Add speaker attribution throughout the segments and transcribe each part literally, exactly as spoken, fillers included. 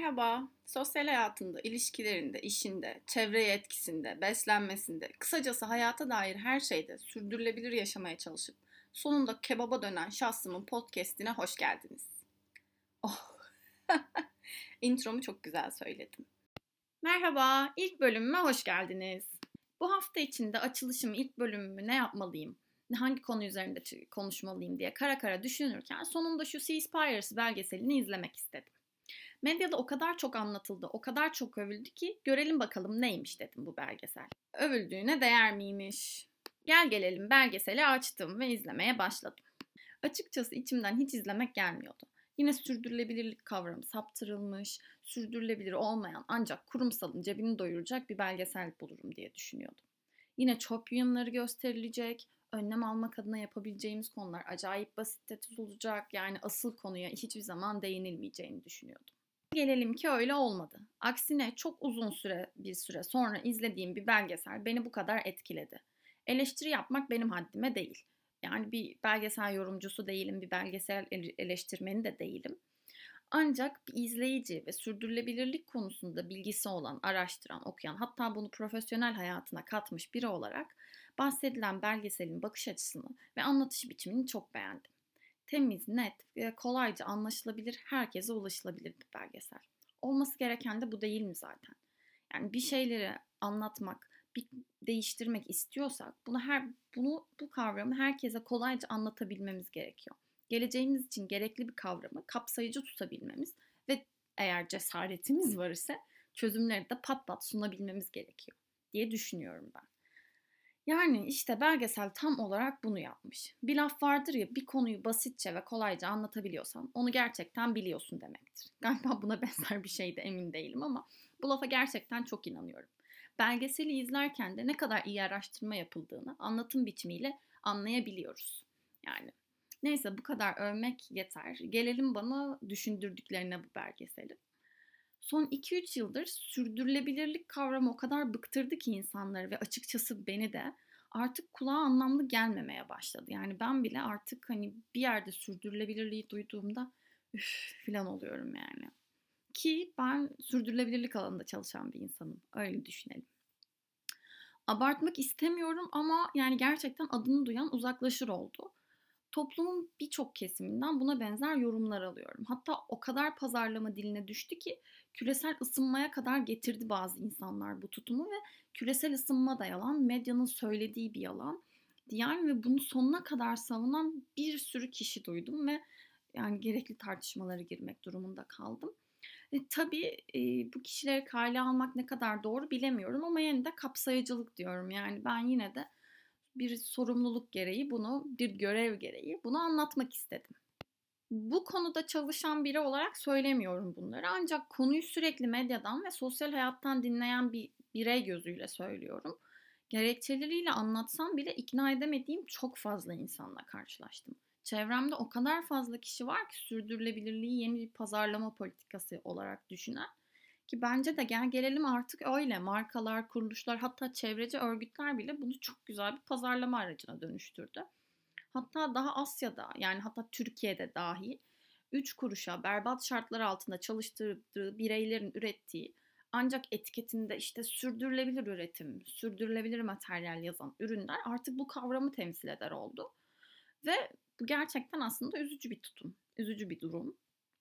Speaker 1: Merhaba. Sosyal hayatında, ilişkilerinde, işinde, çevreye etkisinde, beslenmesinde, kısacası hayata dair her şeyde sürdürülebilir yaşamaya çalışıp sonunda kebaba dönen şahsımın podcast'ine hoş geldiniz. Oh, intromu çok güzel söyledim. Merhaba, ilk bölümüme hoş geldiniz. Bu hafta içinde açılışımı, ilk bölümümü ne yapmalıyım, hangi konu üzerinde konuşmalıyım diye kara kara düşünürken sonunda şu Seaspires belgeselini izlemek istedim. Medyada o kadar çok anlatıldı, o kadar çok övüldü ki görelim bakalım neymiş dedim bu belgesel. Övüldüğüne değer miymiş? Gel gelelim belgeseli açtım ve izlemeye başladım. Açıkçası içimden hiç izlemek gelmiyordu. Yine sürdürülebilirlik kavramı saptırılmış, sürdürülebilir olmayan ancak kurumsalın cebini doyuracak bir belgesel bulurum diye düşünüyordum. Yine çöp yığınları gösterilecek, önlem almak adına yapabileceğimiz konular acayip basitte tutulacak, yani asıl konuya hiçbir zaman değinilmeyeceğini düşünüyordum. Gelelim ki öyle olmadı. Aksine çok uzun süre bir süre sonra izlediğim bir belgesel beni bu kadar etkiledi. Eleştiri yapmak benim haddime değil. Yani bir belgesel yorumcusu değilim, bir belgesel eleştirmeni de değilim. Ancak bir izleyici ve sürdürülebilirlik konusunda bilgisi olan, araştıran, okuyan, hatta bunu profesyonel hayatına katmış biri olarak bahsedilen belgeselin bakış açısını ve anlatış biçimini çok beğendim. Temiz, net ve kolayca anlaşılabilir, herkese ulaşılabilir bir belgesel. Olması gereken de bu değil mi zaten? Yani bir şeyleri anlatmak, bir değiştirmek istiyorsak bunu her bunu bu kavramı herkese kolayca anlatabilmemiz gerekiyor. Geleceğimiz için gerekli bir kavramı kapsayıcı tutabilmemiz ve eğer cesaretimiz var ise çözümleri de pat pat sunabilmemiz gerekiyor diye düşünüyorum ben. Yani işte belgesel tam olarak bunu yapmış. Bir laf vardır ya, bir konuyu basitçe ve kolayca anlatabiliyorsan onu gerçekten biliyorsun demektir. Galiba buna benzer bir şey de emin değilim ama bu lafa gerçekten çok inanıyorum. Belgeseli izlerken de ne kadar iyi araştırma yapıldığını anlatım biçimiyle anlayabiliyoruz. Yani neyse, bu kadar övmek yeter. Gelelim bana düşündürdüklerine bu belgeseli. Son iki üç yıldır sürdürülebilirlik kavramı o kadar bıktırdı ki insanları ve açıkçası beni de artık kulağa anlamlı gelmemeye başladı. Yani ben bile artık hani bir yerde sürdürülebilirliği duyduğumda üf falan oluyorum yani. Ki ben sürdürülebilirlik alanında çalışan bir insanım. Öyle düşünelim. Abartmak istemiyorum ama yani gerçekten adını duyan uzaklaşır oldu. Toplumun birçok kesiminden buna benzer yorumlar alıyorum. Hatta o kadar pazarlama diline düştü ki küresel ısınmaya kadar getirdi bazı insanlar bu tutumu ve küresel ısınma da yalan, medyanın söylediği bir yalan diyen ve bunu sonuna kadar savunan bir sürü kişi duydum ve yani gerekli tartışmalara girmek durumunda kaldım. E, tabii e, bu kişileri kale almak ne kadar doğru bilemiyorum ama yine de kapsayıcılık diyorum. Yani ben yine de bir sorumluluk gereği bunu, bir görev gereği bunu anlatmak istedim. Bu konuda çalışan biri olarak söylemiyorum bunları. Ancak konuyu sürekli medyadan ve sosyal hayattan dinleyen bir birey gözüyle söylüyorum. Gerekçeleriyle anlatsam bile ikna edemediğim çok fazla insanla karşılaştım. Çevremde o kadar fazla kişi var ki sürdürülebilirliği yeni bir pazarlama politikası olarak düşünen. Ki bence de gel gelelim artık öyle. Markalar, kuruluşlar, hatta çevreci örgütler bile bunu çok güzel bir pazarlama aracına dönüştürdü. Hatta daha Asya'da, yani hatta Türkiye'de dahi üç kuruşa berbat şartlar altında çalıştırdığı bireylerin ürettiği ancak etiketinde işte sürdürülebilir üretim, sürdürülebilir materyal yazan ürünler artık bu kavramı temsil eder oldu. Ve bu gerçekten aslında üzücü bir tutum, üzücü bir durum.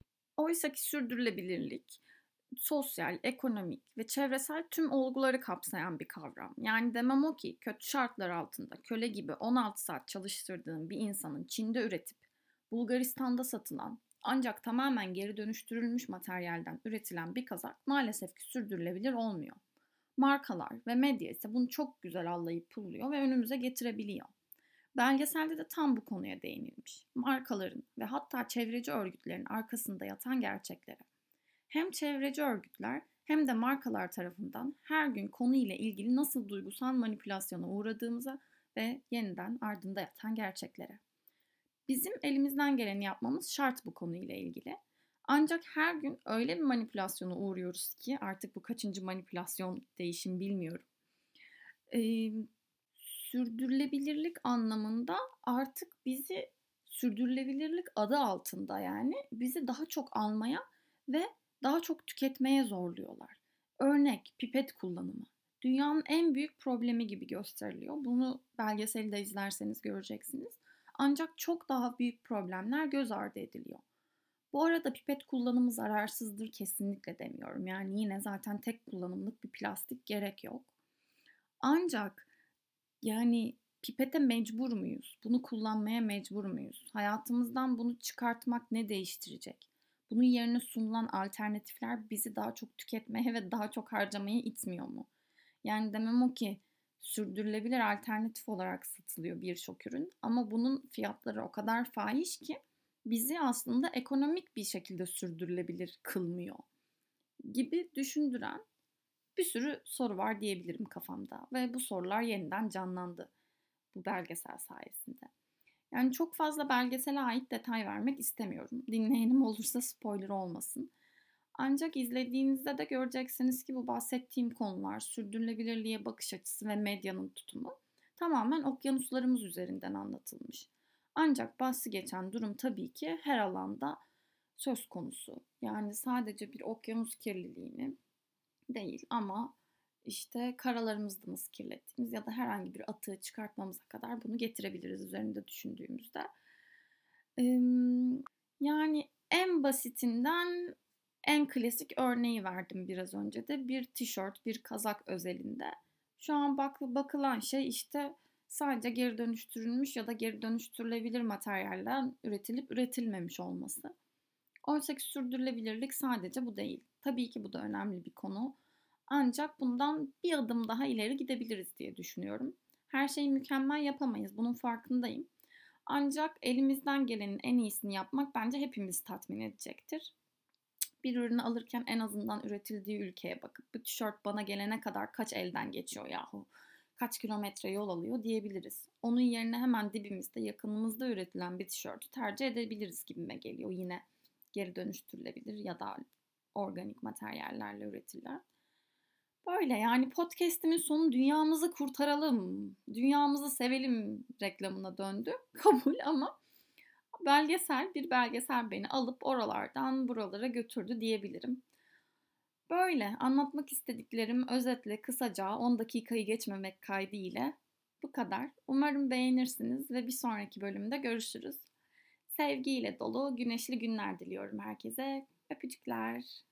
Speaker 1: Oysa ki sürdürülebilirlik sosyal, ekonomik ve çevresel tüm olguları kapsayan bir kavram. Yani demem o ki kötü şartlar altında köle gibi on altı saat çalıştırdığın bir insanın Çin'de üretip Bulgaristan'da satılan ancak tamamen geri dönüştürülmüş materyalden üretilen bir kazak maalesef ki sürdürülebilir olmuyor. Markalar ve medya ise bunu çok güzel allayıp pulluyor ve önümüze getirebiliyor. Belgeselde de tam bu konuya değinilmiş. Markaların ve hatta çevreci örgütlerin arkasında yatan gerçeklere. Hem çevreci örgütler hem de markalar tarafından her gün konuyla ilgili nasıl duygusal manipülasyona uğradığımıza ve yeniden ardında yatan gerçeklere. Bizim elimizden geleni yapmamız şart bu konuyla ilgili. Ancak her gün öyle bir manipülasyona uğruyoruz ki artık bu kaçıncı manipülasyon değişim bilmiyorum. Ee, sürdürülebilirlik anlamında artık bizi sürdürülebilirlik adı altında yani bizi daha çok almaya ve daha çok tüketmeye zorluyorlar. Örnek pipet kullanımı. Dünyanın en büyük problemi gibi gösteriliyor. Bunu belgeseli de izlerseniz göreceksiniz. Ancak çok daha büyük problemler göz ardı ediliyor. Bu arada pipet kullanımı zararsızdır kesinlikle demiyorum. Yani yine zaten tek kullanımlık bir plastik gerek yok. Ancak yani pipete mecbur muyuz? Bunu kullanmaya mecbur muyuz? Hayatımızdan bunu çıkartmak ne değiştirecek? Bunun yerine sunulan alternatifler bizi daha çok tüketmeye ve daha çok harcamaya itmiyor mu? Yani demem o ki sürdürülebilir alternatif olarak satılıyor birçok ürün ama bunun fiyatları o kadar fahiş ki bizi aslında ekonomik bir şekilde sürdürülebilir kılmıyor gibi düşündüren bir sürü soru var diyebilirim kafamda ve bu sorular yeniden canlandı bu belgesel sayesinde. Yani çok fazla belgesele ait detay vermek istemiyorum. Dinleyenim olursa spoiler olmasın. Ancak izlediğinizde de göreceksiniz ki bu bahsettiğim konular, sürdürülebilirliğe bakış açısı ve medyanın tutumu tamamen okyanuslarımız üzerinden anlatılmış. Ancak bahsi geçen durum tabii ki her alanda söz konusu. Yani sadece bir okyanus kirliliğini değil ama işte karalarımızda nasıl kirlettiğimiz ya da herhangi bir atığı çıkartmamıza kadar bunu getirebiliriz üzerinde düşündüğümüzde. Yani en basitinden en klasik örneği verdim biraz önce de bir tişört, bir kazak özelinde. Şu an bak bakılan şey işte sadece geri dönüştürülmüş ya da geri dönüştürülebilir materyalden üretilip üretilmemiş olması. Oysa ki sürdürülebilirlik sadece bu değil. Tabii ki bu da önemli bir konu. Ancak bundan bir adım daha ileri gidebiliriz diye düşünüyorum. Her şeyi mükemmel yapamayız, bunun farkındayım. Ancak elimizden gelenin en iyisini yapmak bence hepimizi tatmin edecektir. Bir ürünü alırken en azından üretildiği ülkeye bakıp bu tişört bana gelene kadar kaç elden geçiyor yahu, kaç kilometre yol alıyor diyebiliriz. Onun yerine hemen dibimizde, yakınımızda üretilen bir tişörtü tercih edebiliriz gibime geliyor. Yine geri dönüştürülebilir ya da organik materyallerle üretilen. Böyle yani podcast'imin sonu dünyamızı kurtaralım, dünyamızı sevelim reklamına döndü. Kabul ama belgesel bir belgesel beni alıp oralardan buralara götürdü diyebilirim. Böyle anlatmak istediklerim özetle kısaca on dakikayı geçmemek kaydıyla bu kadar. Umarım beğenirsiniz ve bir sonraki bölümde görüşürüz. Sevgiyle dolu güneşli günler diliyorum herkese. Öpücükler.